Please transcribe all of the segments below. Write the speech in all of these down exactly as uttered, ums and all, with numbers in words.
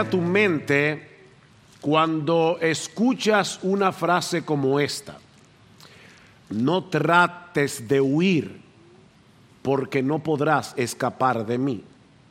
a tu mente cuando escuchas una frase como esta? No trates de huir, porque no podrás escapar de mí.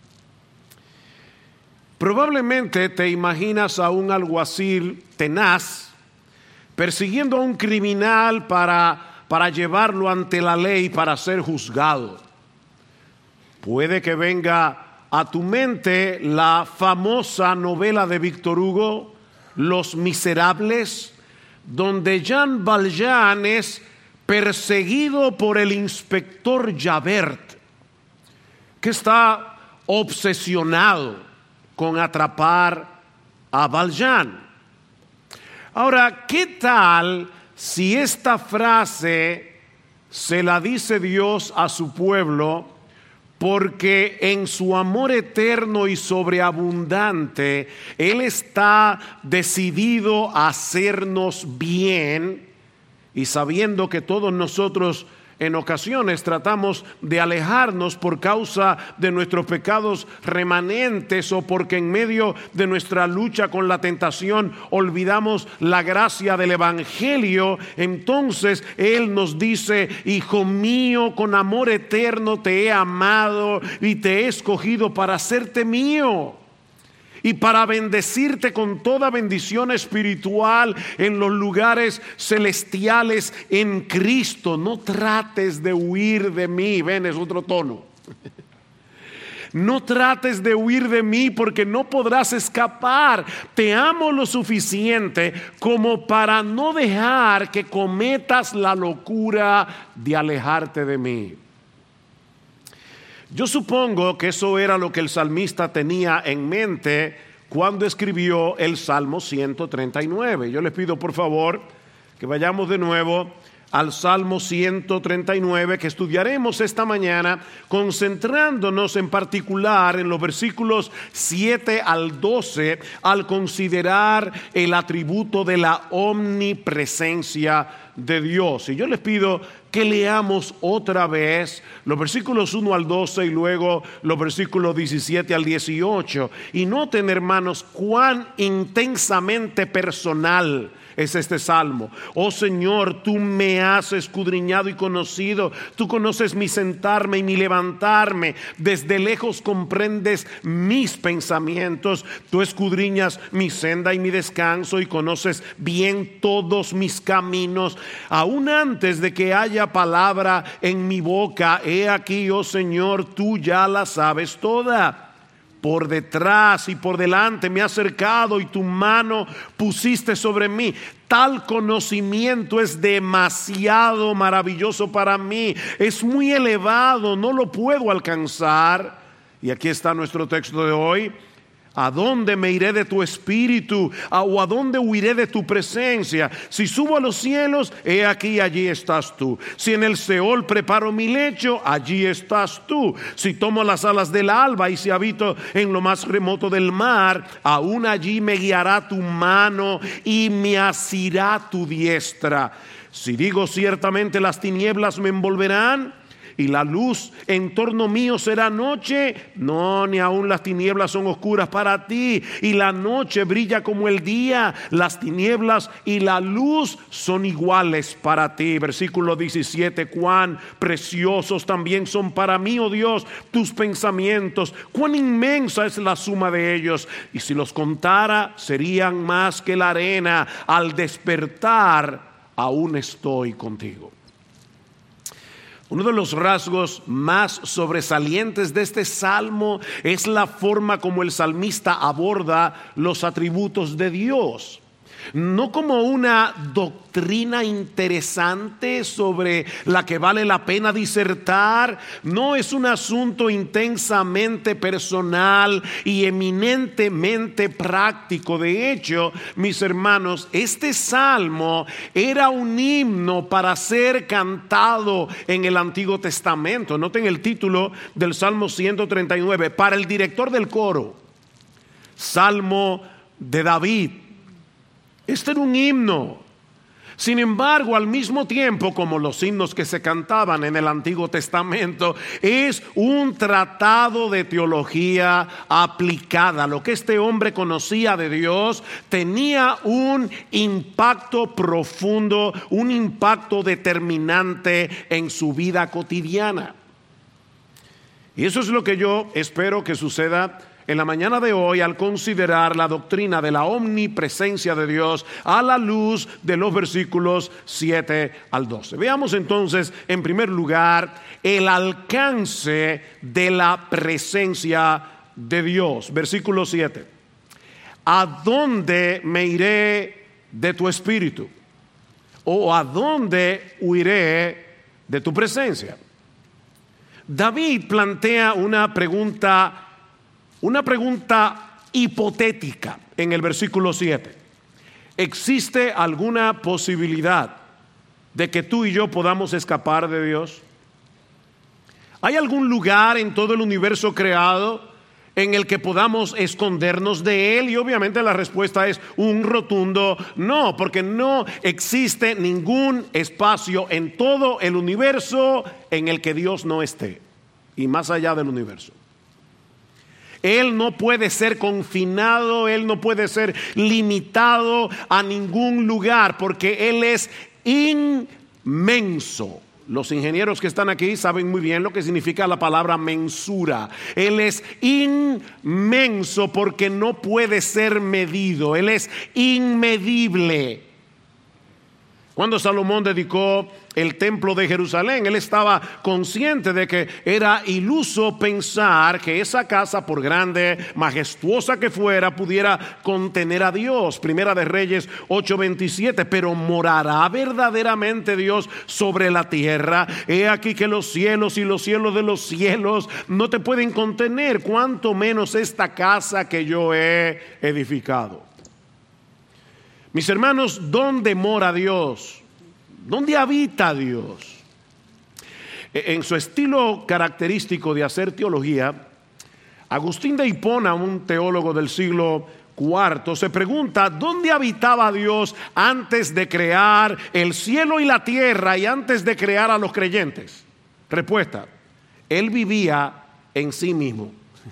Probablemente te imaginas a un alguacil tenaz persiguiendo a un criminal para, para llevarlo ante la ley para ser juzgado. Puede que venga a tu mente la famosa novela de Víctor Hugo, Los Miserables, donde Jean Valjean es perseguido por el inspector Javert, que está obsesionado con atrapar a Valjean. Ahora, ¿qué tal si esta frase se la dice Dios a su pueblo? Porque en su amor eterno y sobreabundante, Él está decidido a hacernos bien, y sabiendo que todos nosotros en ocasiones tratamos de alejarnos por causa de nuestros pecados remanentes o porque en medio de nuestra lucha con la tentación olvidamos la gracia del Evangelio, entonces Él nos dice: hijo mío, con amor eterno te he amado y te he escogido para hacerte mío y para bendecirte con toda bendición espiritual en los lugares celestiales en Cristo. No trates de huir de mí. Ven, es otro tono. No trates de huir de mí, porque no podrás escapar. Te amo lo suficiente como para no dejar que cometas la locura de alejarte de mí. Yo supongo que eso era lo que el salmista tenía en mente cuando escribió el Salmo ciento treinta y nueve. Yo les pido por favor que vayamos de nuevo al Salmo ciento treinta y nueve, que estudiaremos esta mañana, concentrándonos en particular en los versículos siete al doce, al considerar el atributo de la omnipresencia de Dios. Y yo les pido que leamos otra vez los versículos uno al doce y luego los versículos diecisiete al dieciocho. Y noten, hermanos, cuán intensamente personal es este salmo. Oh Señor, tú me has escudriñado y conocido. Tú conoces mi sentarme y mi levantarme. Desde lejos comprendes mis pensamientos. Tú escudriñas mi senda y mi descanso y conoces bien todos mis caminos. Aún antes de que haya palabra en mi boca, he aquí, oh Señor, tú ya la sabes toda. Por detrás y por delante me has cercado y tu mano pusiste sobre mí. Tal conocimiento es demasiado maravilloso para mí. Es muy elevado, no lo puedo alcanzar. Y aquí está nuestro texto de hoy. ¿A dónde me iré de tu espíritu? ¿O a dónde huiré de tu presencia? Si subo a los cielos, he aquí, allí estás tú. Si en el Seol preparo mi lecho, allí estás tú. Si tomo las alas del alba y si habito en lo más remoto del mar, aún allí me guiará tu mano y me asirá tu diestra. Si digo ciertamente las tinieblas me envolverán y la luz en torno mío será noche, no, ni aun las tinieblas son oscuras para ti, y la noche brilla como el día. Las tinieblas y la luz son iguales para ti. Versículo diecisiete: cuán preciosos también son para mí, oh Dios, tus pensamientos, cuán inmensa es la suma de ellos, y si los contara serían más que la arena. Al despertar aún estoy contigo. Uno de los rasgos más sobresalientes de este salmo es la forma como el salmista aborda los atributos de Dios. No como una doctrina interesante sobre la que vale la pena disertar. No es un asunto intensamente personal y eminentemente práctico. De hecho, mis hermanos, este salmo era un himno para ser cantado en el Antiguo Testamento. Noten el título del Salmo ciento treinta y nueve: para el director del coro, Salmo de David. Este era un himno. Sin embargo, al mismo tiempo, como los himnos que se cantaban en el Antiguo Testamento, es un tratado de teología aplicada. Lo que este hombre conocía de Dios tenía un impacto profundo, un impacto determinante en su vida cotidiana. Y eso es lo que yo espero que suceda en la mañana de hoy al considerar la doctrina de la omnipresencia de Dios a la luz de los versículos siete al doce. Veamos entonces, en primer lugar, el alcance de la presencia de Dios. Versículo siete. ¿A dónde me iré de tu espíritu? ¿O a dónde huiré de tu presencia? David plantea una pregunta Una pregunta hipotética en el versículo siete. ¿Existe alguna posibilidad de que tú y yo podamos escapar de Dios? ¿Hay algún lugar en todo el universo creado en el que podamos escondernos de Él? Y obviamente la respuesta es un rotundo no, porque no existe ningún espacio en todo el universo en el que Dios no esté, y más allá del universo. Él no puede ser confinado, Él no puede ser limitado a ningún lugar, porque Él es inmenso. Los ingenieros que están aquí saben muy bien lo que significa la palabra mensura. Él es inmenso porque no puede ser medido. Él es inmedible. Cuando Salomón dedicó el templo de Jerusalén, él estaba consciente de que era iluso pensar que esa casa, por grande, majestuosa que fuera, pudiera contener a Dios. Primera de Reyes ocho veintisiete. Pero morará verdaderamente Dios sobre la tierra. He aquí que los cielos y los cielos de los cielos no te pueden contener, cuanto menos esta casa que yo he edificado. Mis hermanos, ¿dónde mora Dios? ¿Dónde habita Dios? En su estilo característico de hacer teología, Agustín de Hipona, un teólogo del siglo cuarto, se pregunta: ¿dónde habitaba Dios antes de crear el cielo y la tierra y antes de crear a los creyentes? Respuesta: Él vivía en sí mismo.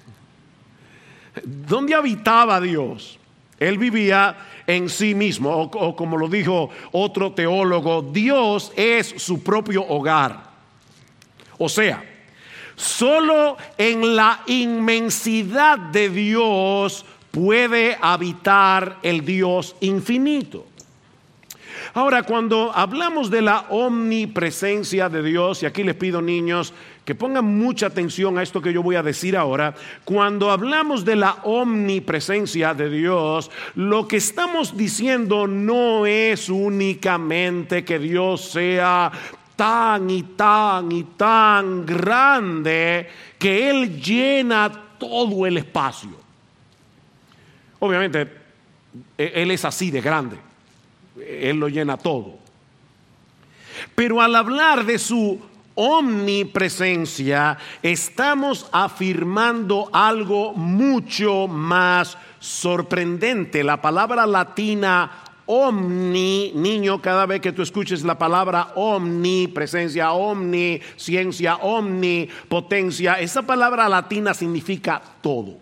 ¿Dónde habitaba Dios? Él vivía en sí mismo, o, o como lo dijo otro teólogo, Dios es su propio hogar. O sea, solo en la inmensidad de Dios puede habitar el Dios infinito. Ahora, cuando hablamos de la omnipresencia de Dios, y aquí les pido, niños, que pongan mucha atención a esto que yo voy a decir ahora. Cuando hablamos de la omnipresencia de Dios, lo que estamos diciendo no es únicamente que Dios sea tan y tan y tan grande que Él llena todo el espacio. Obviamente, Él es así de grande. Él lo llena todo. Pero al hablar de su omnipresencia, estamos afirmando algo mucho más sorprendente. La palabra latina omni, niño, cada vez que tú escuches la palabra omnipresencia, omnisciencia, omnipotencia, esa palabra latina significa todo.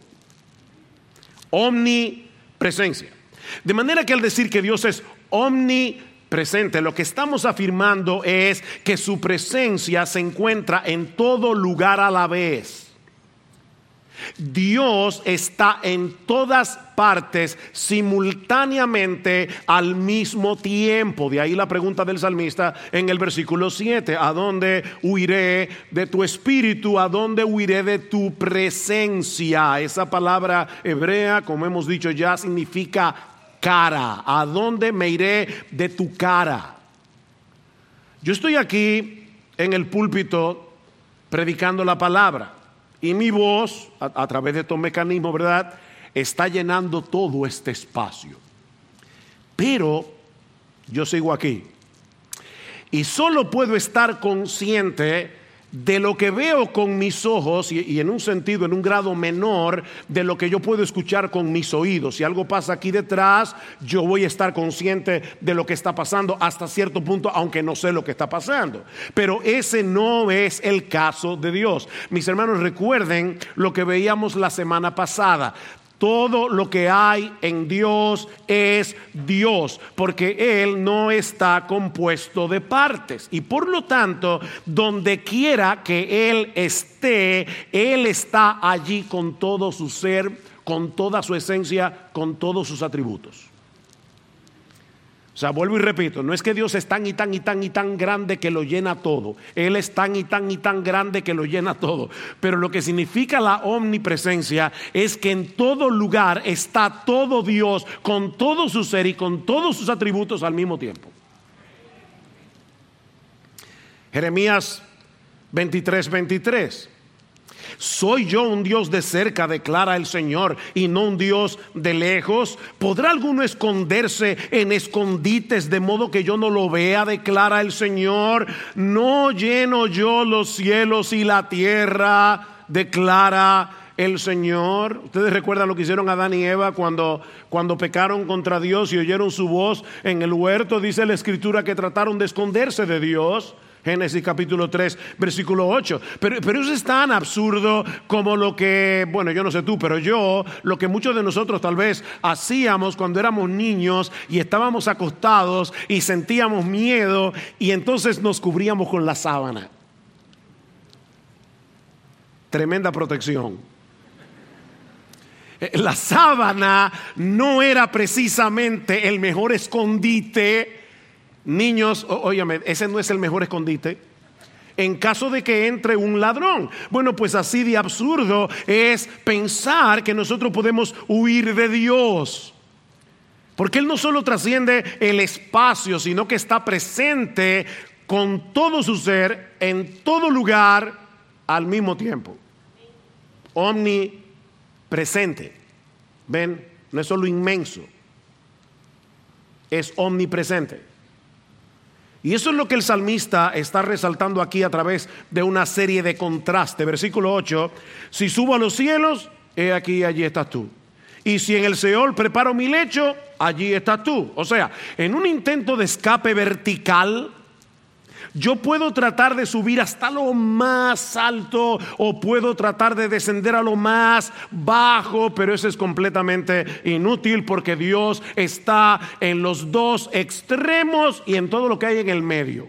Omnipresencia. De manera que al decir que Dios es omnipresente, presente, lo que estamos afirmando es que su presencia se encuentra en todo lugar a la vez. Dios está en todas partes simultáneamente al mismo tiempo. De ahí la pregunta del salmista en el versículo siete: ¿a dónde huiré de tu espíritu? ¿A dónde huiré de tu presencia? Esa palabra hebrea, como hemos dicho ya, significa cara. ¿A dónde me iré de tu cara? Yo estoy aquí en el púlpito predicando la palabra y mi voz a, a través de estos mecanismos, ¿verdad?, está llenando todo este espacio. Pero yo sigo aquí y solo puedo estar consciente de lo que veo con mis ojos y, y en un sentido, en un grado menor de lo que yo puedo escuchar con mis oídos. Si algo pasa aquí detrás, yo voy a estar consciente de lo que está pasando hasta cierto punto, aunque no sé lo que está pasando. Pero ese no es el caso de Dios. Mis hermanos, recuerden lo que veíamos la semana pasada. Todo lo que hay en Dios es Dios, porque Él no está compuesto de partes. Y por lo tanto, donde quiera que Él esté, Él está allí con todo su ser, con toda su esencia, con todos sus atributos. O sea, vuelvo y repito, no es que Dios es tan y tan y tan y tan grande que lo llena todo. Él es tan y tan y tan grande que lo llena todo. Pero lo que significa la omnipresencia es que en todo lugar está todo Dios con todo su ser y con todos sus atributos al mismo tiempo. Jeremías veintitrés, veintitrés. ¿Soy yo un Dios de cerca, declara el Señor, y no un Dios de lejos? ¿Podrá alguno esconderse en escondites de modo que yo no lo vea, declara el Señor? ¿No lleno yo los cielos y la tierra, declara el Señor? Ustedes recuerdan lo que hicieron Adán y Eva cuando, cuando pecaron contra Dios y oyeron su voz en el huerto. Dice la Escritura que trataron de esconderse de Dios. Génesis capítulo tres, versículo ocho. Pero, pero eso es tan absurdo como lo que, bueno, yo no sé tú, pero yo, lo que muchos de nosotros tal vez hacíamos cuando éramos niños y estábamos acostados y sentíamos miedo y entonces nos cubríamos con la sábana. Tremenda protección. La sábana no era precisamente el mejor escondite. Niños, óyame, ese no es el mejor escondite en caso de que entre un ladrón. Bueno, pues así de absurdo es pensar que nosotros podemos huir de Dios, porque Él no solo trasciende el espacio, sino que está presente con todo su ser, en todo lugar, al mismo tiempo. Omnipresente. ¿Ven? No es solo inmenso, es omnipresente. Y eso es lo que el salmista está resaltando aquí a través de una serie de contrastes. Versículo ocho: si subo a los cielos, he aquí, allí estás tú. Y si en el Seol preparo mi lecho, allí estás tú. O sea, en un intento de escape vertical, yo puedo tratar de subir hasta lo más alto o puedo tratar de descender a lo más bajo, pero eso es completamente inútil porque Dios está en los dos extremos y en todo lo que hay en el medio.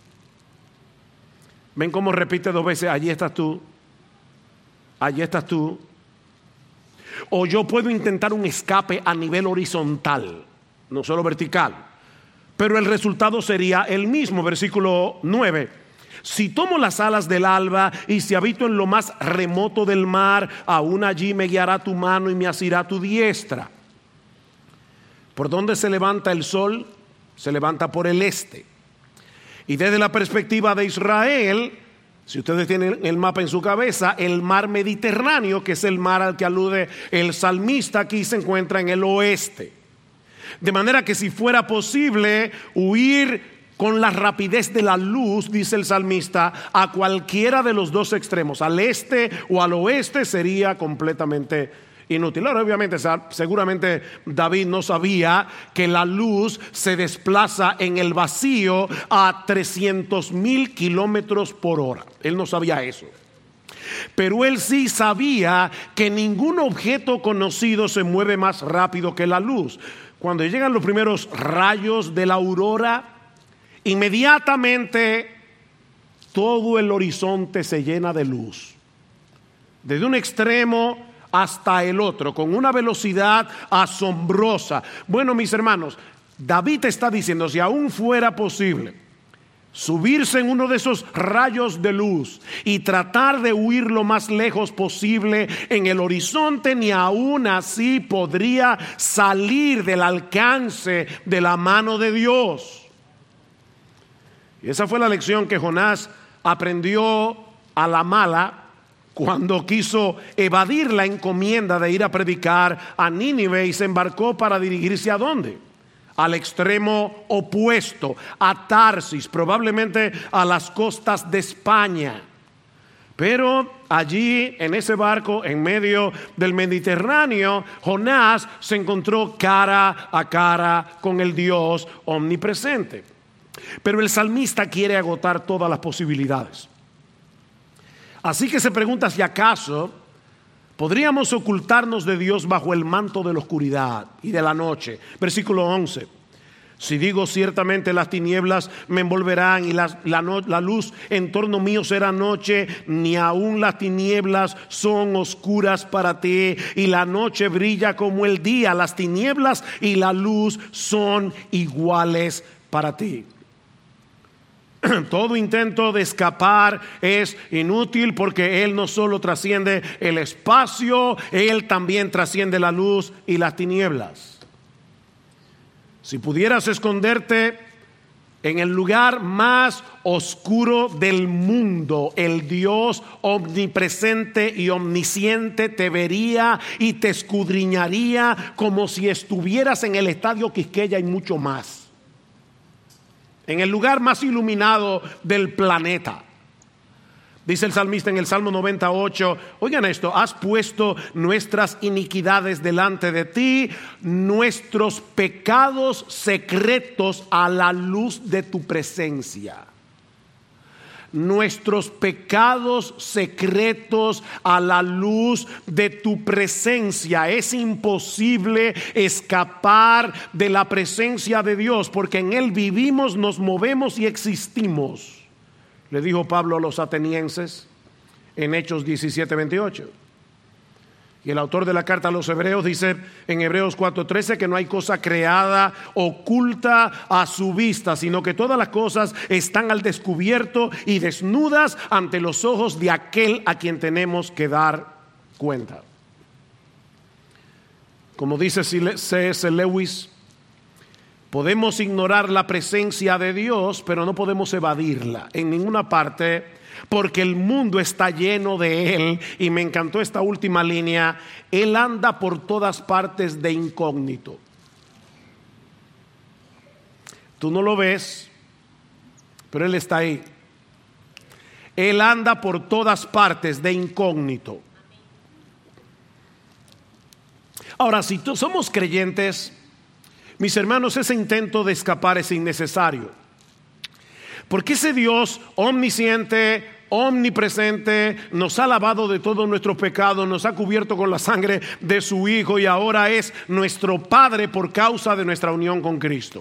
¿Ven cómo repite dos veces? Allí estás tú, allí estás tú. O yo puedo intentar un escape a nivel horizontal, no solo vertical, pero el resultado sería el mismo. Versículo nueve: si tomo las alas del alba y si habito en lo más remoto del mar, aún allí me guiará tu mano y me asirá tu diestra. ¿Por dónde se levanta el sol? Se levanta por el este. Y desde la perspectiva de Israel, si ustedes tienen el mapa en su cabeza, el mar Mediterráneo, que es el mar al que alude el salmista, aquí se encuentra en el oeste. De manera que si fuera posible huir con la rapidez de la luz, dice el salmista, a cualquiera de los dos extremos, al este o al oeste, sería completamente inútil. Ahora, obviamente, seguramente David no sabía que la luz se desplaza en el vacío a trescientos mil kilómetros por hora. Él no sabía eso. Pero él sí sabía que ningún objeto conocido se mueve más rápido que la luz. Cuando llegan los primeros rayos de la aurora, inmediatamente todo el horizonte se llena de luz, desde un extremo hasta el otro, con una velocidad asombrosa. Bueno, mis hermanos, David está diciendo, si aún fuera posible subirse en uno de esos rayos de luz y tratar de huir lo más lejos posible en el horizonte, ni aún así podría salir del alcance de la mano de Dios. Y esa fue la lección que Jonás aprendió a la mala cuando quiso evadir la encomienda de ir a predicar a Nínive y se embarcó para dirigirse ¿a dónde? Al extremo opuesto, a Tarsis, probablemente a las costas de España. Pero allí en ese barco en medio del Mediterráneo, Jonás se encontró cara a cara con el Dios omnipresente. Pero el salmista quiere agotar todas las posibilidades. Así que se pregunta si acaso podríamos ocultarnos de Dios bajo el manto de la oscuridad y de la noche. Versículo once. Si digo ciertamente las tinieblas me envolverán y la, la, no, la luz en torno mío será noche, ni aun las tinieblas son oscuras para ti y la noche brilla como el día. Las tinieblas y la luz son iguales para ti. Todo intento de escapar es inútil porque Él no solo trasciende el espacio, Él también trasciende la luz y las tinieblas. Si pudieras esconderte en el lugar más oscuro del mundo, el Dios omnipresente y omnisciente te vería y te escudriñaría como si estuvieras en el Estadio Quisqueya y mucho más. En el lugar más iluminado del planeta. Dice el salmista en el Salmo noventa y ocho, oigan esto, has puesto nuestras iniquidades delante de ti, nuestros pecados secretos a la luz de tu presencia. Nuestros pecados secretos a la luz de tu presencia. Es imposible escapar de la presencia de Dios porque en Él vivimos, nos movemos y existimos. Le dijo Pablo a los atenienses en Hechos diecisiete veintiocho. Y el autor de la carta a los Hebreos dice en Hebreos cuatro trece que no hay cosa creada oculta a su vista, sino que todas las cosas están al descubierto y desnudas ante los ojos de aquel a quien tenemos que dar cuenta. Como dice C S Lewis, podemos ignorar la presencia de Dios, pero no podemos evadirla en ninguna parte, porque el mundo está lleno de Él. Y me encantó esta última línea: Él anda por todas partes de incógnito. Tú no lo ves, pero Él está ahí. Él anda por todas partes de incógnito. Ahora, si tú somos creyentes, mis hermanos, ese intento de escapar es innecesario. Porque ese Dios omnisciente, omnipresente, nos ha lavado de todos nuestros pecados, nos ha cubierto con la sangre de su Hijo y ahora es nuestro Padre por causa de nuestra unión con Cristo.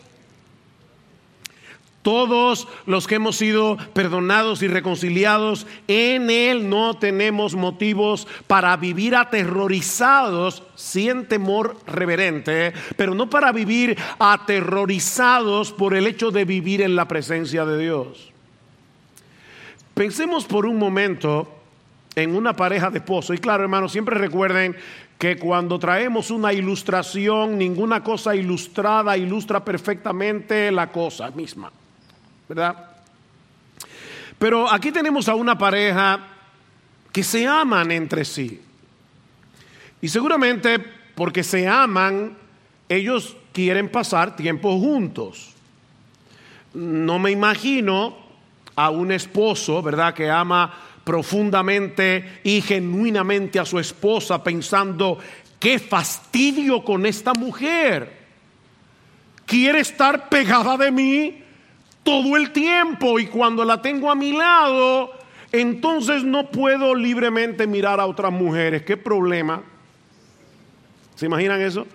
Todos los que hemos sido perdonados y reconciliados en Él no tenemos motivos para vivir aterrorizados, sin temor reverente, pero no para vivir aterrorizados por el hecho de vivir en la presencia de Dios. Pensemos por un momento en una pareja de esposos. Y claro, hermanos, siempre recuerden que cuando traemos una ilustración, ninguna cosa ilustrada ilustra perfectamente la cosa misma, ¿verdad? Pero aquí tenemos a una pareja que se aman entre sí. Y seguramente porque se aman, ellos quieren pasar tiempo juntos. No me imagino a un esposo, ¿verdad?, que ama profundamente y genuinamente a su esposa pensando: qué fastidio con esta mujer. Quiere estar pegada de mí todo el tiempo y cuando la tengo a mi lado, entonces no puedo libremente mirar a otras mujeres. ¿Qué problema? ¿Se imaginan eso?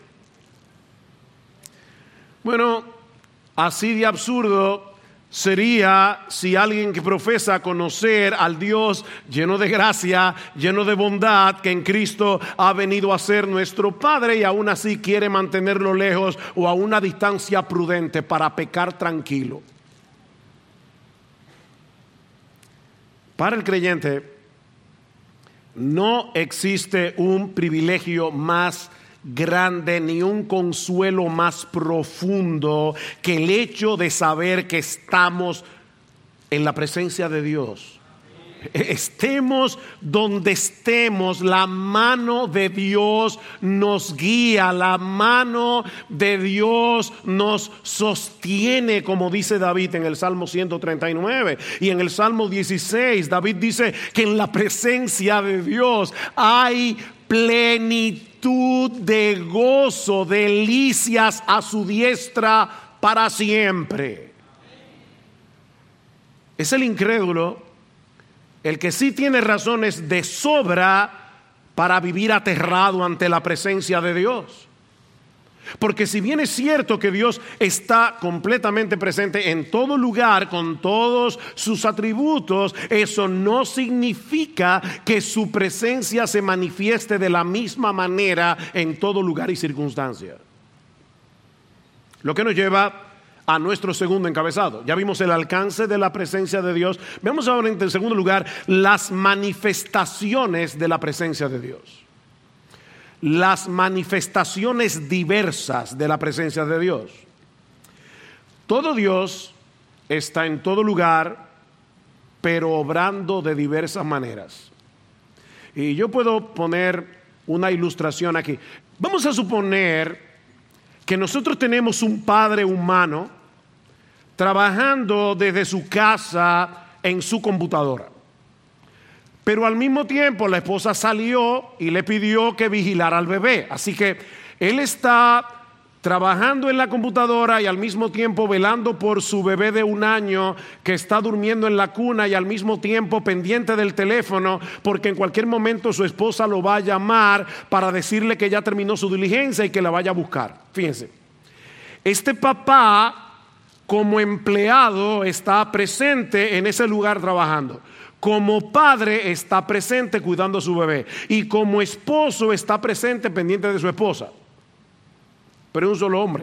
Bueno, así de absurdo sería si alguien que profesa conocer al Dios lleno de gracia, lleno de bondad, que en Cristo ha venido a ser nuestro Padre, y aún así quiere mantenerlo lejos o a una distancia prudente para pecar tranquilo. Para el creyente no existe un privilegio más grande ni un consuelo más profundo que el hecho de saber que estamos en la presencia de Dios. Estemos donde estemos, la mano de Dios nos guía, la mano de Dios nos sostiene, como dice David en el Salmo ciento treinta y nueve. Y en el Salmo dieciséis, David dice que en la presencia de Dios hay plenitud de gozo, delicias a su diestra para siempre. Es el incrédulo el que sí tiene razones de sobra para vivir aterrado ante la presencia de Dios. Porque si bien es cierto que Dios está completamente presente en todo lugar con todos sus atributos, eso no significa que su presencia se manifieste de la misma manera en todo lugar y circunstancia. Lo que nos lleva a nuestro segundo encabezado. Ya vimos el alcance de la presencia de Dios. Veamos ahora en segundo lugar las manifestaciones de la presencia de Dios. Las manifestaciones diversas de la presencia de Dios. Todo Dios está en todo lugar, pero obrando de diversas maneras. Y yo puedo poner una ilustración aquí. Vamos a suponer que nosotros tenemos un padre humano trabajando desde su casa en su computadora. Pero al mismo tiempo la esposa salió y le pidió que vigilara al bebé. Así que él está trabajando en la computadora y al mismo tiempo velando por su bebé de un año que está durmiendo en la cuna, y al mismo tiempo pendiente del teléfono porque en cualquier momento su esposa lo va a llamar para decirle que ya terminó su diligencia y que la vaya a buscar. Fíjense, este papá como empleado está presente en ese lugar trabajando. Como padre está presente cuidando a su bebé. Y como esposo está presente pendiente de su esposa. Pero es un solo hombre.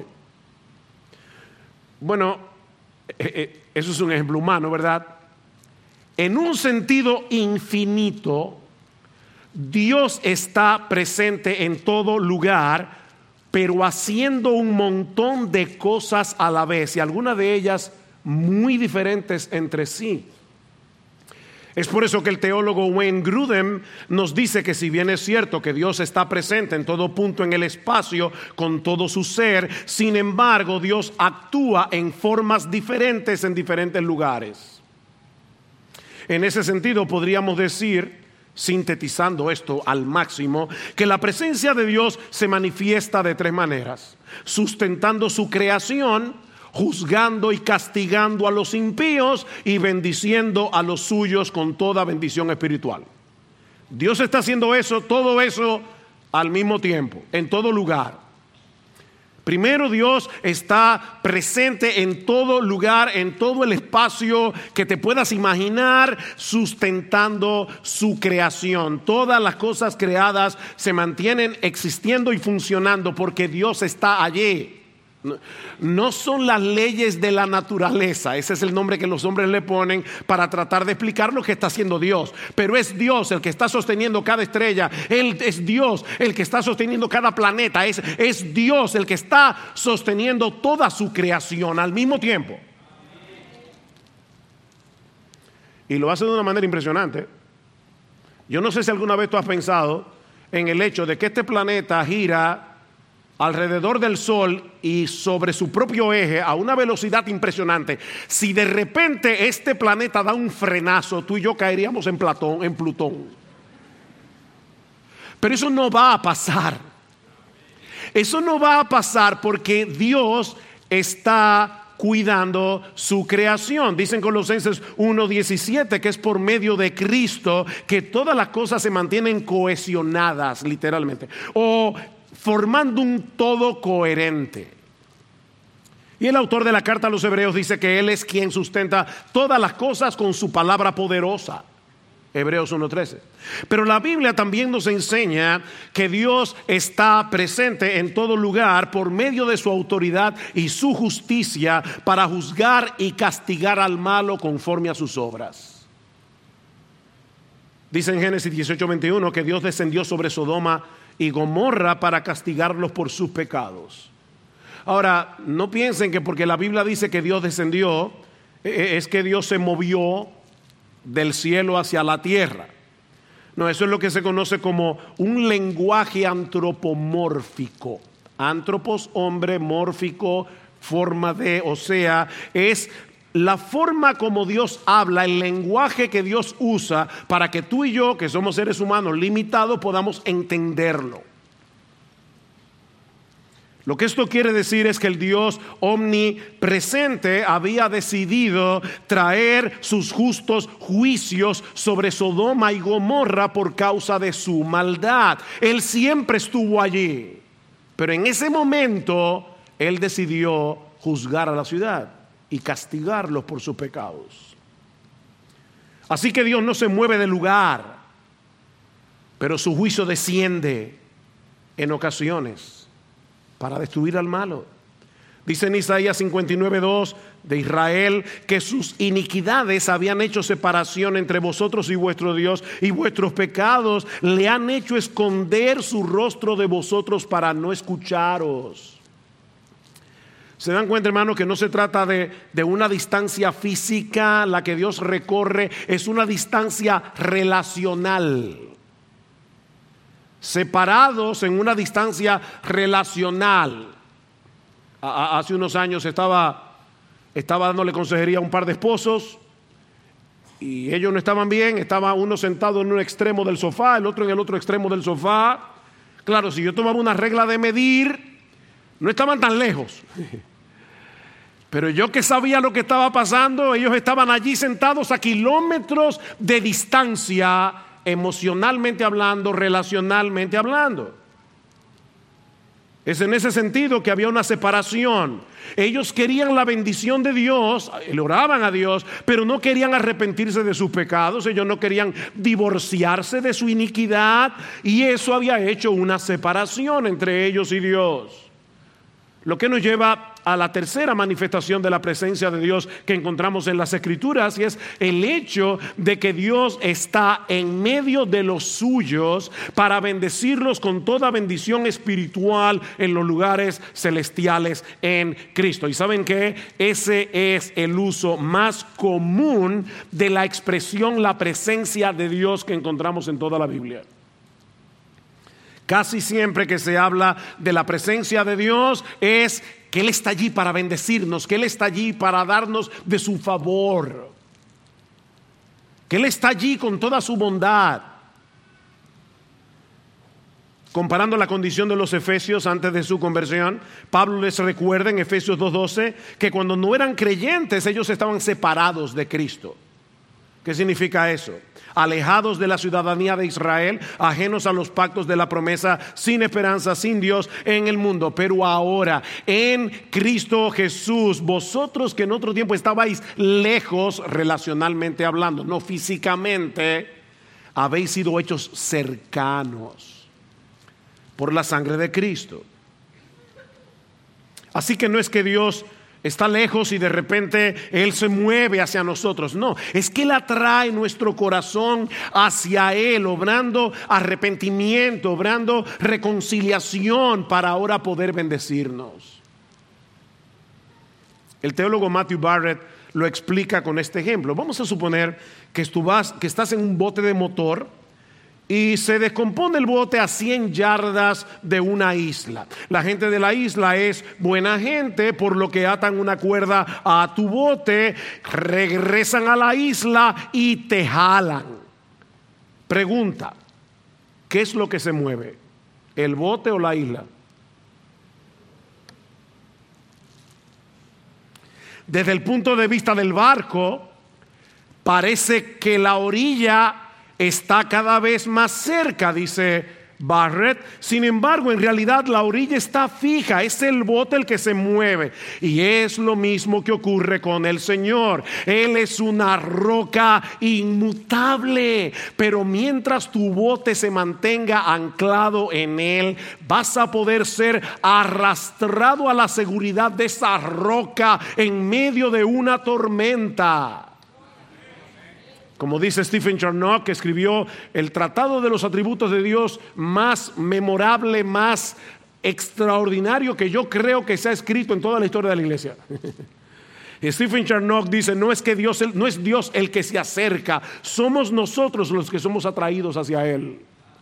Bueno, eso es un ejemplo humano, ¿verdad? En un sentido infinito, Dios está presente en todo lugar, pero haciendo un montón de cosas a la vez, y algunas de ellas muy diferentes entre sí. Es por eso que el teólogo Wayne Grudem nos dice que si bien es cierto que Dios está presente en todo punto en el espacio con todo su ser, sin embargo Dios actúa en formas diferentes en diferentes lugares. En ese sentido podríamos decir, sintetizando esto al máximo, que la presencia de Dios se manifiesta de tres maneras: sustentando su creación, juzgando y castigando a los impíos y bendiciendo a los suyos con toda bendición espiritual. Dios está haciendo eso, todo eso al mismo tiempo, en todo lugar. Primero, Dios está presente en todo lugar, en todo el espacio que te puedas imaginar, sustentando su creación. Todas las cosas creadas se mantienen existiendo y funcionando porque Dios está allí. No son las leyes de la naturaleza, ese es el nombre que los hombres le ponen para tratar de explicar lo que está haciendo Dios, pero es Dios el que está sosteniendo cada estrella, Él es Dios el que está sosteniendo cada planeta, es, es Dios el que está sosteniendo toda su creación al mismo tiempo. Y lo hace de una manera impresionante. Yo no sé si alguna vez tú has pensado en el hecho de que este planeta gira alrededor del Sol y sobre su propio eje a una velocidad impresionante. Si de repente este planeta da un frenazo, tú y yo caeríamos en Platón, en Plutón. Pero eso no va a pasar. Eso no va a pasar porque Dios está cuidando su creación. Dicen Colosenses uno diecisiete que es por medio de Cristo que todas las cosas se mantienen cohesionadas, literalmente, o formando un todo coherente. Y el autor de la carta a los Hebreos dice que Él es quien sustenta todas las cosas con su palabra poderosa. Hebreos uno trece. Pero la Biblia también nos enseña que Dios está presente en todo lugar por medio de su autoridad y su justicia para juzgar y castigar al malo conforme a sus obras. Dice en Génesis dieciocho veintiuno que Dios descendió sobre Sodoma y Gomorra para castigarlos por sus pecados. Ahora, no piensen que porque la Biblia dice que Dios descendió, es que Dios se movió del cielo hacia la tierra. No, eso es lo que se conoce como un lenguaje antropomórfico. Antropos, hombre, mórfico, forma de, o sea, es la forma como Dios habla, el lenguaje que Dios usa para que tú y yo, que somos seres humanos limitados, podamos entenderlo. Lo que esto quiere decir es que el Dios omnipresente había decidido traer sus justos juicios sobre Sodoma y Gomorra por causa de su maldad. Él siempre estuvo allí, pero en ese momento Él decidió juzgar a la ciudad y castigarlos por sus pecados. Así que Dios no se mueve del lugar, pero su juicio desciende en ocasiones para destruir al malo. Dice en Isaías cincuenta y nueve, dos de Israel que sus iniquidades habían hecho separación entre vosotros y vuestro Dios, y vuestros pecados le han hecho esconder su rostro de vosotros para no escucharos. ¿Se dan cuenta, hermano, que no se trata de, de una distancia física? La que Dios recorre es una distancia relacional. Separados en una distancia relacional. A, a, hace unos años estaba, estaba dándole consejería a un par de esposos y ellos no estaban bien. Estaba uno sentado en un extremo del sofá, el otro en el otro extremo del sofá. Claro, si yo tomaba una regla de medir, no estaban tan lejos. Pero yo que sabía lo que estaba pasando, ellos estaban allí sentados a kilómetros de distancia, emocionalmente hablando, relacionalmente hablando. Es en ese sentido que había una separación. Ellos querían la bendición de Dios, le oraban a Dios, pero no querían arrepentirse de sus pecados. Ellos no querían divorciarse de su iniquidad, y eso había hecho una separación entre ellos y Dios. Lo que nos lleva a la tercera manifestación de la presencia de Dios que encontramos en las Escrituras, y es el hecho de que Dios está en medio de los suyos para bendecirlos con toda bendición espiritual en los lugares celestiales en Cristo. ¿Y saben qué? Ese es el uso más común de la expresión la presencia de Dios que encontramos en toda la Biblia. Casi siempre que se habla de la presencia de Dios es que Él está allí para bendecirnos, que Él está allí para darnos de su favor, que Él está allí con toda su bondad. Comparando la condición de los efesios antes de su conversión, Pablo les recuerda en Efesios dos doce que cuando no eran creyentes ellos estaban separados de Cristo. ¿Qué significa eso? Alejados de la ciudadanía de Israel, ajenos a los pactos de la promesa, sin esperanza, sin Dios en el mundo. Pero ahora, en Cristo Jesús, vosotros que en otro tiempo estabais lejos relacionalmente hablando, no físicamente, habéis sido hechos cercanos por la sangre de Cristo. Así que no es que Dios está lejos y de repente Él se mueve hacia nosotros. No, es que Él atrae nuestro corazón hacia Él, obrando arrepentimiento, obrando reconciliación para ahora poder bendecirnos. El teólogo Matthew Barrett lo explica con este ejemplo. Vamos a suponer que, tú vas, que estás en un bote de motor y se descompone el bote a cien yardas de una isla. La gente de la isla es buena gente, por lo que atan una cuerda a tu bote, regresan a la isla y te jalan. Pregunta: ¿qué es lo que se mueve? ¿El bote o la isla? Desde el punto de vista del barco, parece que la orilla está cada vez más cerca, dice Barrett. Sin embargo, en realidad la orilla está fija, es el bote el que se mueve. Y es lo mismo que ocurre con el Señor. Él es una roca inmutable, pero mientras tu bote se mantenga anclado en Él, vas a poder ser arrastrado a la seguridad de esa roca en medio de una tormenta. Como dice Stephen Charnock, que escribió el tratado de los atributos de Dios más memorable, más extraordinario que yo creo que se ha escrito en toda la historia de la iglesia. Stephen Charnock dice, no es que Dios, no es Dios el que se acerca, somos nosotros los que somos atraídos hacia Él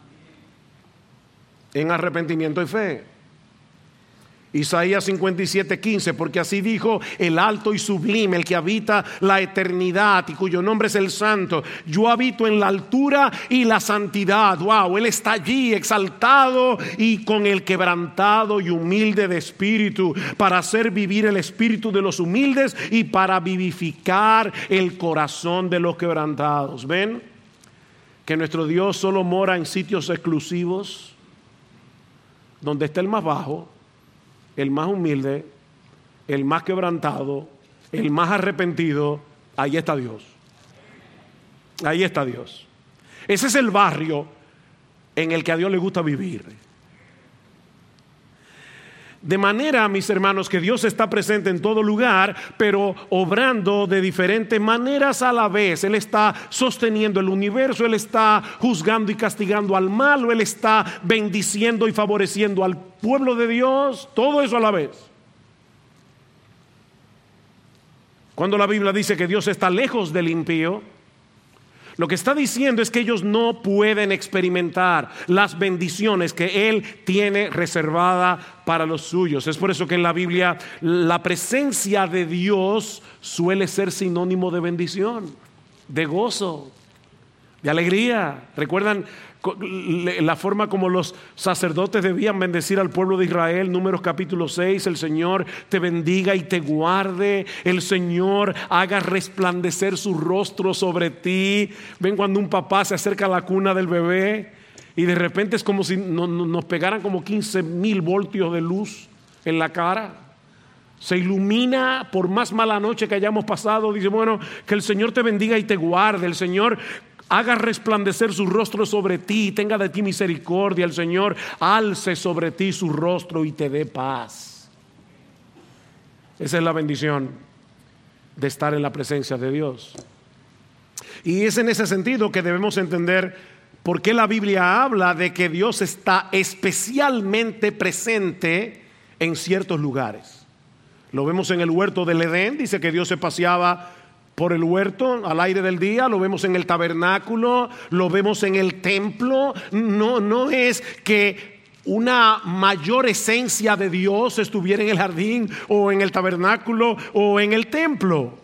en arrepentimiento y fe. Isaías cincuenta y siete, quince, porque así dijo el alto y sublime, el que habita la eternidad y cuyo nombre es el Santo: yo habito en la altura y la santidad. Wow, Él está allí exaltado y con el quebrantado y humilde de espíritu, para hacer vivir el espíritu de los humildes y para vivificar el corazón de los quebrantados. ¿Ven? Que nuestro Dios solo mora en sitios exclusivos, donde está el más bajo, el más humilde, el más quebrantado, el más arrepentido. Ahí está Dios. Ahí está Dios. Ese es el barrio en el que a Dios le gusta vivir. De manera, mis hermanos, que Dios está presente en todo lugar, pero obrando de diferentes maneras a la vez. Él está sosteniendo el universo, Él está juzgando y castigando al malo, Él está bendiciendo y favoreciendo al pueblo de Dios, todo eso a la vez. Cuando la Biblia dice que Dios está lejos del impío, lo que está diciendo es que ellos no pueden experimentar las bendiciones que Él tiene reservada para los suyos. Es por eso que en la Biblia la presencia de Dios suele ser sinónimo de bendición, de gozo, de alegría. ¿Recuerdan la forma como los sacerdotes debían bendecir al pueblo de Israel? Números capítulo seis: el Señor te bendiga y te guarde, el Señor haga resplandecer su rostro sobre ti. Ven cuando un papá se acerca a la cuna del bebé y de repente es como si no, no, nos pegaran como quince mil voltios de luz en la cara. Se ilumina por más mala noche que hayamos pasado. Dice, bueno, que el Señor te bendiga y te guarde, el Señor haga resplandecer su rostro sobre ti, tenga de ti misericordia, el Señor alce sobre ti su rostro y te dé paz. Esa es la bendición de estar en la presencia de Dios. Y es en ese sentido que debemos entender por qué la Biblia habla de que Dios está especialmente presente en ciertos lugares. Lo vemos en el huerto del Edén, dice que Dios se paseaba por el huerto al aire del día, lo vemos en el tabernáculo, lo vemos en el templo. No, no es que una mayor esencia de Dios estuviera en el jardín o en el tabernáculo o en el templo.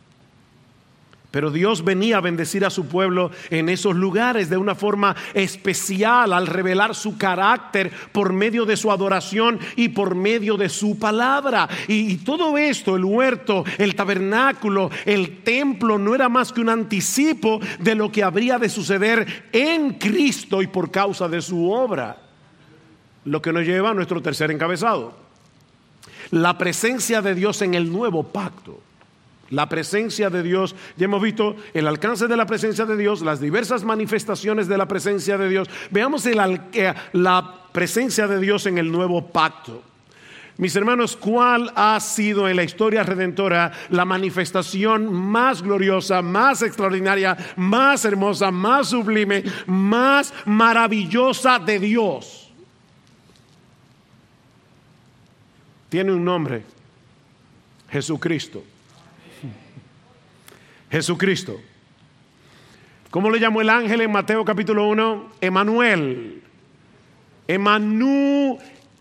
Pero Dios venía a bendecir a su pueblo en esos lugares de una forma especial, al revelar su carácter por medio de su adoración y por medio de su palabra. Y, y todo esto, el huerto, el tabernáculo, el templo, no era más que un anticipo de lo que habría de suceder en Cristo y por causa de su obra. Lo que nos lleva a nuestro tercer encabezado: la presencia de Dios en el nuevo pacto. La presencia de Dios, ya hemos visto el alcance de la presencia de Dios, las diversas manifestaciones de la presencia de Dios. Veamos el, la presencia de Dios en el nuevo pacto. Mis hermanos, ¿cuál ha sido en la historia redentora la manifestación más gloriosa, más extraordinaria, más hermosa, más sublime, más maravillosa de Dios? Tiene un nombre: Jesucristo. Jesucristo. ¿Cómo le llamó el ángel en Mateo capítulo uno? Emanuel. Emanuel,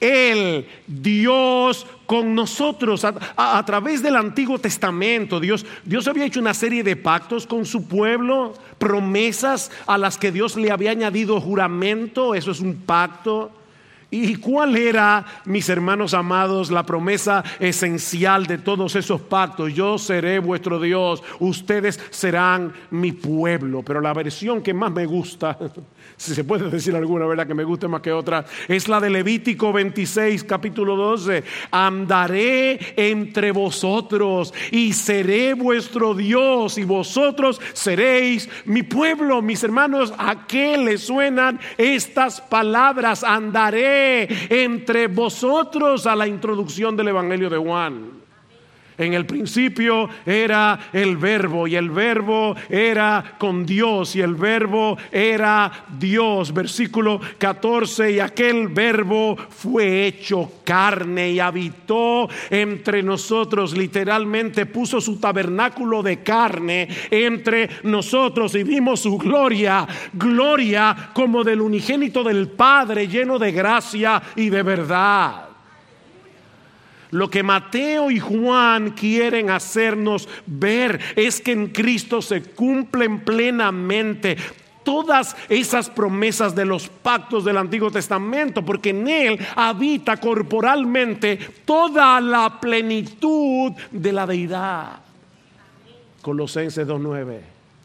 Dios con nosotros. A, a, a través del Antiguo Testamento, Dios, Dios había hecho una serie de pactos con su pueblo, promesas a las que Dios le había añadido juramento. Eso es un pacto. ¿Y cuál era, mis hermanos amados, la promesa esencial de todos esos pactos? Yo seré vuestro Dios, ustedes serán mi pueblo. Pero la versión que más me gusta, si se puede decir alguna, ¿verdad?, que me guste más que otra, es la de Levítico veintiséis, capítulo doce. Andaré entre vosotros y seré vuestro Dios y vosotros seréis mi pueblo. Mis hermanos, ¿a qué le suenan estas palabras? Andaré entre vosotros, a la introducción del Evangelio de Juan. En el principio era el Verbo, y el Verbo era con Dios, y el Verbo era Dios. Versículo catorce, y aquel Verbo fue hecho carne y habitó entre nosotros. Literalmente puso su tabernáculo de carne entre nosotros y vimos su gloria, gloria como del unigénito del Padre, lleno de gracia y de verdad. Lo que Mateo y Juan quieren hacernos ver es que en Cristo se cumplen plenamente todas esas promesas de los pactos del Antiguo Testamento, porque en Él habita corporalmente toda la plenitud de la deidad. Colosenses dos nueve.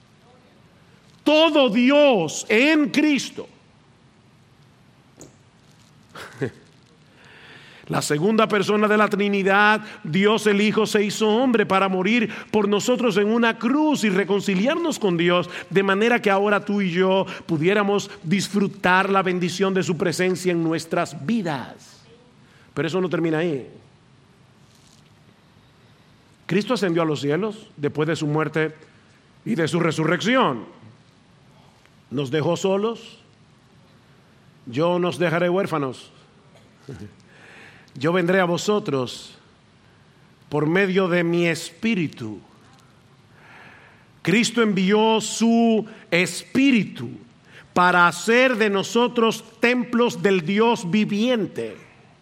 Todo Dios en Cristo. La segunda persona de la Trinidad, Dios el Hijo, se hizo hombre para morir por nosotros en una cruz y reconciliarnos con Dios, de manera que ahora tú y yo pudiéramos disfrutar la bendición de su presencia en nuestras vidas. Pero eso no termina ahí. Cristo ascendió a los cielos después de su muerte y de su resurrección. ¿Nos dejó solos? Yo nos dejaré huérfanos. Yo vendré a vosotros por medio de mi espíritu. Cristo envió su espíritu para hacer de nosotros templos del Dios viviente.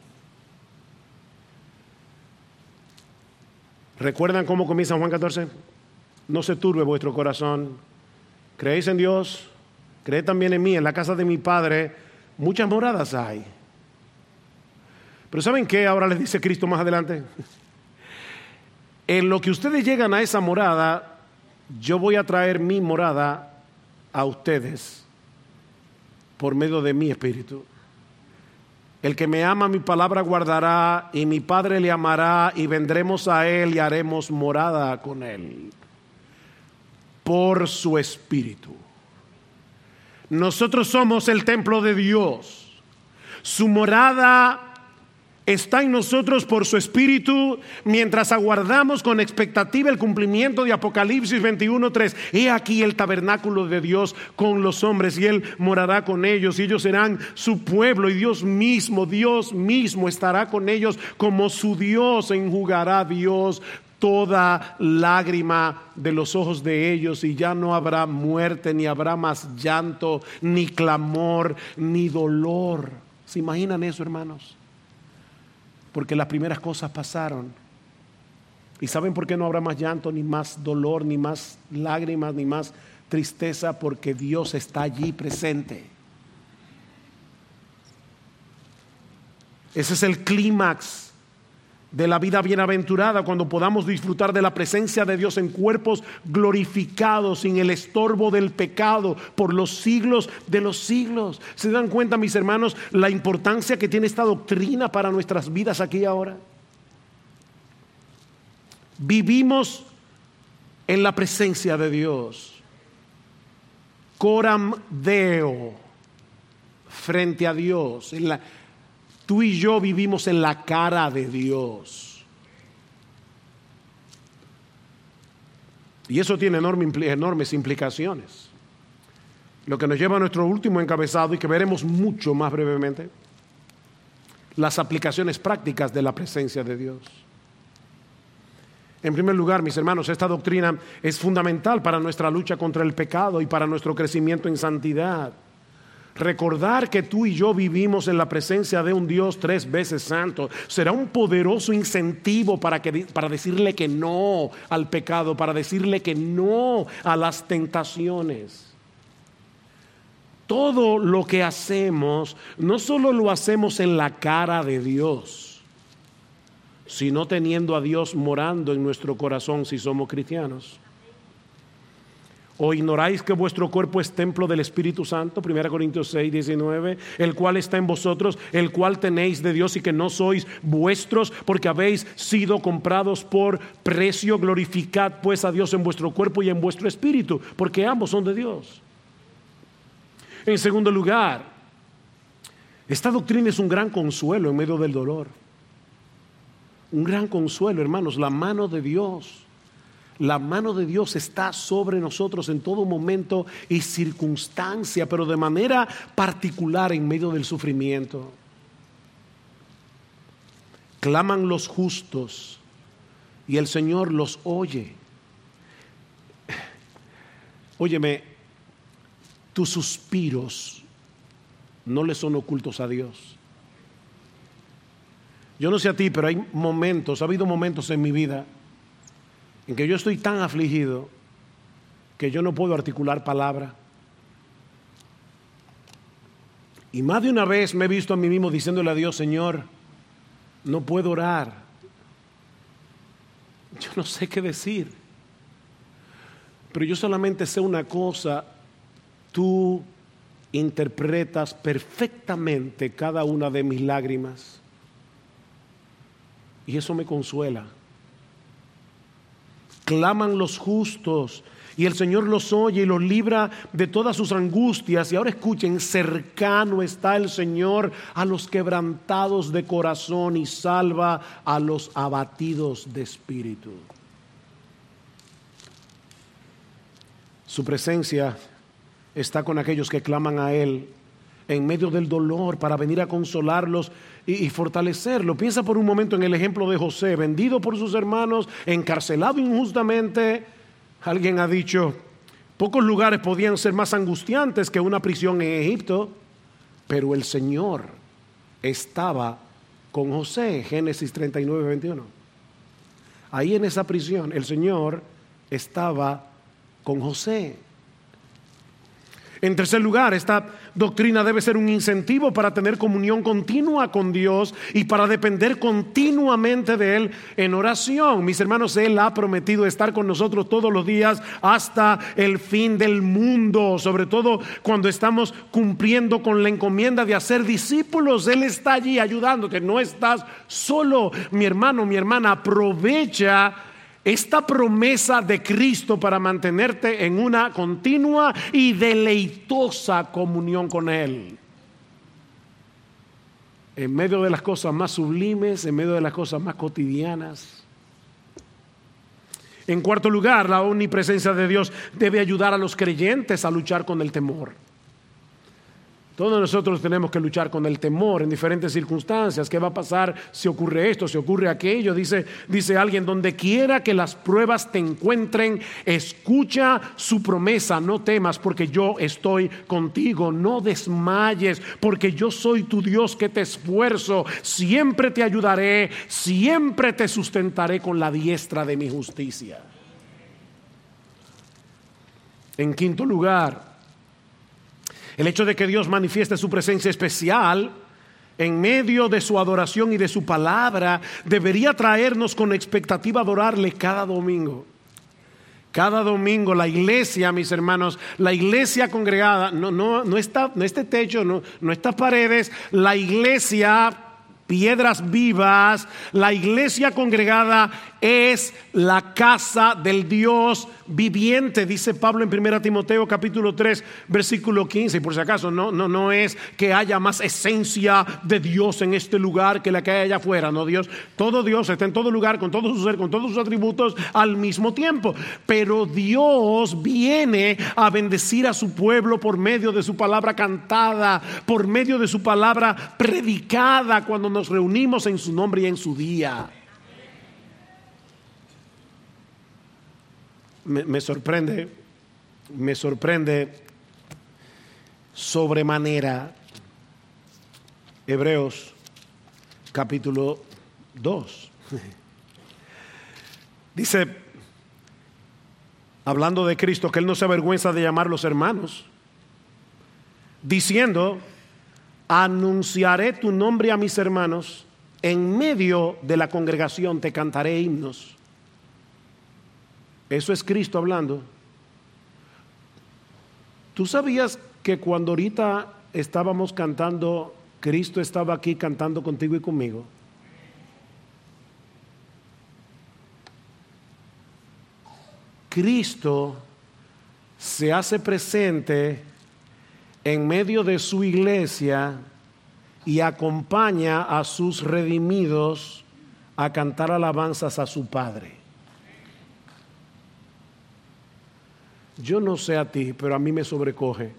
¿Recuerdan cómo comienza Juan catorce? No se turbe vuestro corazón. Creéis en Dios, creed también en mí. En la casa de mi Padre muchas moradas hay. Pero ¿saben qué? Ahora les dice Cristo más adelante. En lo que ustedes llegan a esa morada, yo voy a traer mi morada a ustedes por medio de mi espíritu. El que me ama, mi palabra guardará, y mi Padre le amará, y vendremos a él y haremos morada con él por su espíritu. Nosotros somos el templo de Dios. Su morada está en nosotros por su espíritu, mientras aguardamos con expectativa el cumplimiento de Apocalipsis veintiuno tres. He aquí el tabernáculo de Dios con los hombres, y Él morará con ellos, y ellos serán su pueblo, y Dios mismo, Dios mismo estará con ellos como su Dios. Enjugará Dios toda lágrima de los ojos de ellos, y ya no habrá muerte, ni habrá más llanto, ni clamor, ni dolor. ¿Se imaginan eso, hermanos? Porque las primeras cosas pasaron. ¿Y saben por qué no habrá más llanto, ni más dolor, ni más lágrimas, ni más tristeza? Porque Dios está allí presente. Ese es el clímax de la vida bienaventurada, cuando podamos disfrutar de la presencia de Dios en cuerpos glorificados, sin el estorbo del pecado, por los siglos de los siglos. ¿Se dan cuenta, mis hermanos, la importancia que tiene esta doctrina para nuestras vidas aquí y ahora? Vivimos en la presencia de Dios, coram Deo, frente a Dios. En la Tú y yo vivimos en la cara de Dios. Y eso tiene enorme, enormes implicaciones. Lo que nos lleva a nuestro último encabezado, y que veremos mucho más brevemente, las aplicaciones prácticas de la presencia de Dios. En primer lugar, mis hermanos, esta doctrina es fundamental para nuestra lucha contra el pecado y para nuestro crecimiento en santidad. Recordar que tú y yo vivimos en la presencia de un Dios tres veces santo será un poderoso incentivo para, que, para decirle que no al pecado, para decirle que no a las tentaciones. Todo lo que hacemos, no solo lo hacemos en la cara de Dios, sino teniendo a Dios morando en nuestro corazón si somos cristianos. ¿O ignoráis que vuestro cuerpo es templo del Espíritu Santo? primera Corintios seis, diecinueve. El cual está en vosotros, el cual tenéis de Dios, y que no sois vuestros, porque habéis sido comprados por precio. Glorificad pues a Dios en vuestro cuerpo y en vuestro espíritu, porque ambos son de Dios. En segundo lugar, esta doctrina es un gran consuelo en medio del dolor. Un gran consuelo, hermanos, la mano de Dios. La mano de Dios está sobre nosotros en todo momento y circunstancia, pero de manera particular en medio del sufrimiento. Claman los justos y el Señor los oye. Óyeme, tus suspiros no le son ocultos a Dios. Yo no sé a ti, pero hay momentos, ha habido momentos en mi vida en que yo estoy tan afligido que yo no puedo articular palabra. Y más de una vez me he visto a mí mismo diciéndole a Dios: Señor, no puedo orar. Yo no sé qué decir. Pero yo solamente sé una cosa: tú interpretas perfectamente cada una de mis lágrimas. Y eso me consuela. Claman los justos y el Señor los oye y los libra de todas sus angustias. Y ahora escuchen: cercano está el Señor a los quebrantados de corazón y salva a los abatidos de espíritu. Su presencia está con aquellos que claman a Él en medio del dolor para venir a consolarlos y, y fortalecerlos. Piensa por un momento en el ejemplo de José, vendido por sus hermanos, encarcelado injustamente. Alguien ha dicho: pocos lugares podían ser más angustiantes que una prisión en Egipto, pero el Señor estaba con José. Génesis treinta y nueve, veintiuno. Ahí en esa prisión el Señor estaba con José. En tercer lugar, esta doctrina debe ser un incentivo para tener comunión continua con Dios y para depender continuamente de Él en oración. Mis hermanos, Él ha prometido estar con nosotros todos los días hasta el fin del mundo, sobre todo cuando estamos cumpliendo con la encomienda de hacer discípulos. Él está allí ayudándote, no estás solo. Mi hermano, mi hermana, aprovecha esta promesa de Cristo para mantenerte en una continua y deleitosa comunión con Él. En medio de las cosas más sublimes, en medio de las cosas más cotidianas. En cuarto lugar, la omnipresencia de Dios debe ayudar a los creyentes a luchar con el temor. Todos nosotros tenemos que luchar con el temor en diferentes circunstancias. ¿Qué va a pasar si ocurre esto, si ocurre aquello? Dice, dice alguien: donde quiera que las pruebas te encuentren, escucha su promesa. No temas, porque yo estoy contigo. No desmayes, porque yo soy tu Dios que te esfuerzo. Siempre te ayudaré, siempre te sustentaré con la diestra de mi justicia. En quinto lugar, el hecho de que Dios manifieste su presencia especial en medio de su adoración y de su palabra debería traernos con expectativa a adorarle cada domingo. Cada domingo la iglesia, mis hermanos, la iglesia congregada, no, no, no, está, no este techo, no, no estas paredes, la iglesia, piedras vivas, la iglesia congregada es la casa del Dios viviente, dice Pablo en primera Timoteo capítulo tres versículo quince. Y por si acaso no, no, no es que haya más esencia de Dios en este lugar que la que hay allá afuera. No, Dios, todo Dios está en todo lugar, con todo su ser, con todos sus atributos al mismo tiempo. Pero Dios viene a bendecir a su pueblo por medio de su palabra cantada, por medio de su palabra predicada, cuando nos reunimos en su nombre y en su día. Me, me sorprende, me sorprende sobremanera Hebreos capítulo dos. Dice, hablando de Cristo, que Él no se avergüenza de llamarlos hermanos, diciendo: anunciaré tu nombre a mis hermanos, en medio de la congregación te cantaré himnos. Eso es Cristo hablando. ¿Tú sabías que cuando ahorita estábamos cantando, Cristo estaba aquí cantando contigo y conmigo? Cristo se hace presente en medio de su iglesia y acompaña a sus redimidos a cantar alabanzas a su Padre. Yo no sé a ti, pero a mí me sobrecoge.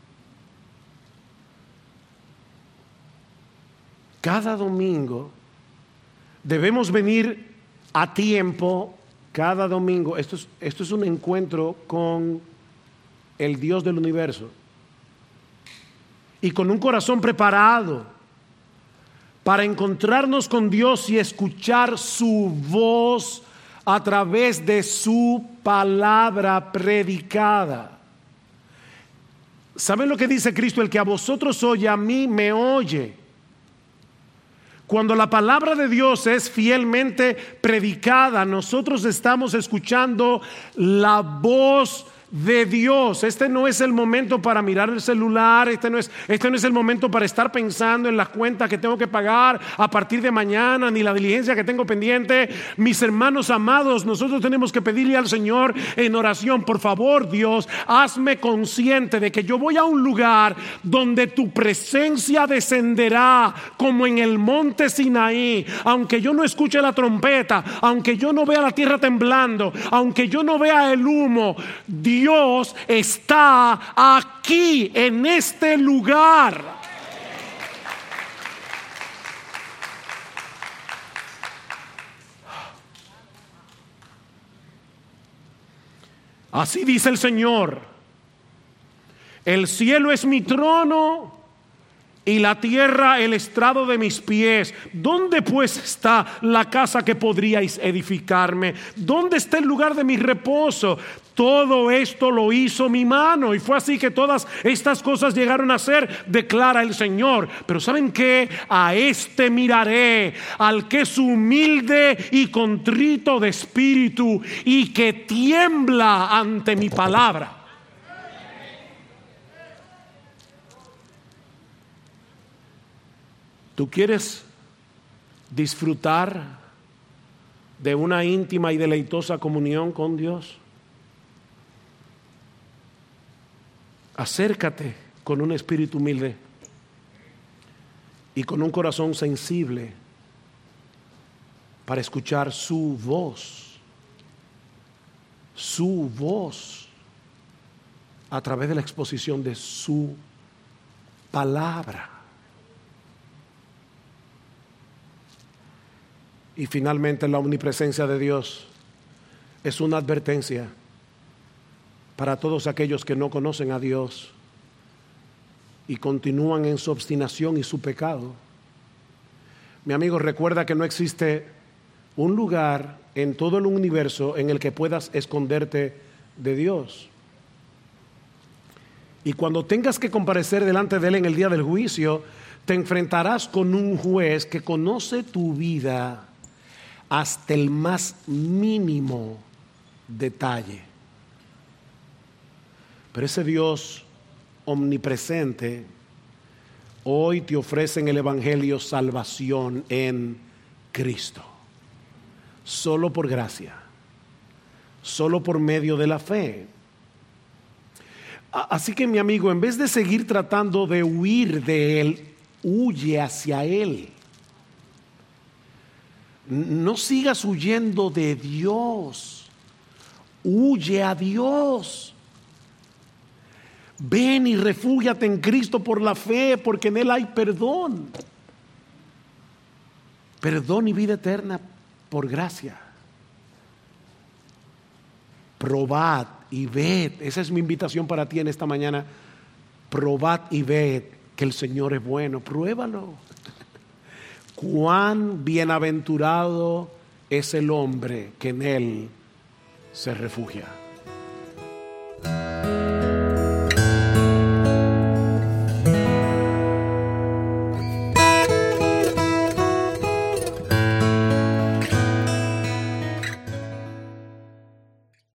Cada domingo debemos venir a tiempo, cada domingo. Esto es, esto es un encuentro con el Dios del universo. Y con un corazón preparado para encontrarnos con Dios y escuchar su voz a través de su palabra predicada. ¿Saben lo que dice Cristo? El que a vosotros oye, a mí me oye. Cuando la palabra de Dios es fielmente predicada, nosotros estamos escuchando la voz de Dios. Este no es el momento para mirar el celular, este no es, este no es el momento para estar pensando en las cuentas que tengo que pagar a partir de mañana, ni la diligencia que tengo pendiente. Mis hermanos amados, nosotros tenemos que pedirle al Señor en oración: por favor, Dios, hazme consciente de que yo voy a un lugar donde tu presencia descenderá como en el monte Sinaí. Aunque yo no escuche la trompeta, aunque yo no vea la tierra temblando, aunque yo no vea el humo, Dios Dios está aquí en este lugar. Así dice el Señor: el cielo es mi trono y la tierra el estrado de mis pies. ¿Dónde pues está la casa que podríais edificarme? ¿Dónde está el lugar de mi reposo? Todo esto lo hizo mi mano, y fue así que todas estas cosas llegaron a ser, declara el Señor. Pero ¿saben qué? A este miraré, al que es humilde y contrito de espíritu y que tiembla ante mi palabra. ¿Tú quieres disfrutar de una íntima y deleitosa comunión con Dios? Acércate con un espíritu humilde y con un corazón sensible para escuchar su voz, su voz a través de la exposición de su palabra. Y finalmente, la omnipresencia de Dios es una advertencia para todos aquellos que no conocen a Dios y continúan en su obstinación y su pecado. Mi amigo, recuerda que no existe un lugar en todo el universo en el que puedas esconderte de Dios. Y cuando tengas que comparecer delante de Él en el día del juicio, te enfrentarás con un juez que conoce tu vida hasta el más mínimo detalle. Pero ese Dios omnipresente hoy te ofrece en el Evangelio salvación en Cristo, solo por gracia, solo por medio de la fe. Así que, mi amigo, en vez de seguir tratando de huir de Él, huye hacia Él. No sigas huyendo de Dios, huye a Dios. Ven y refúgiate en Cristo por la fe, porque en Él hay perdón. Perdón y vida eterna por gracia. Probad y ved, esa es mi invitación para ti en esta mañana. Probad y ved que el Señor es bueno, pruébalo. Cuán bienaventurado es el hombre que en Él se refugia.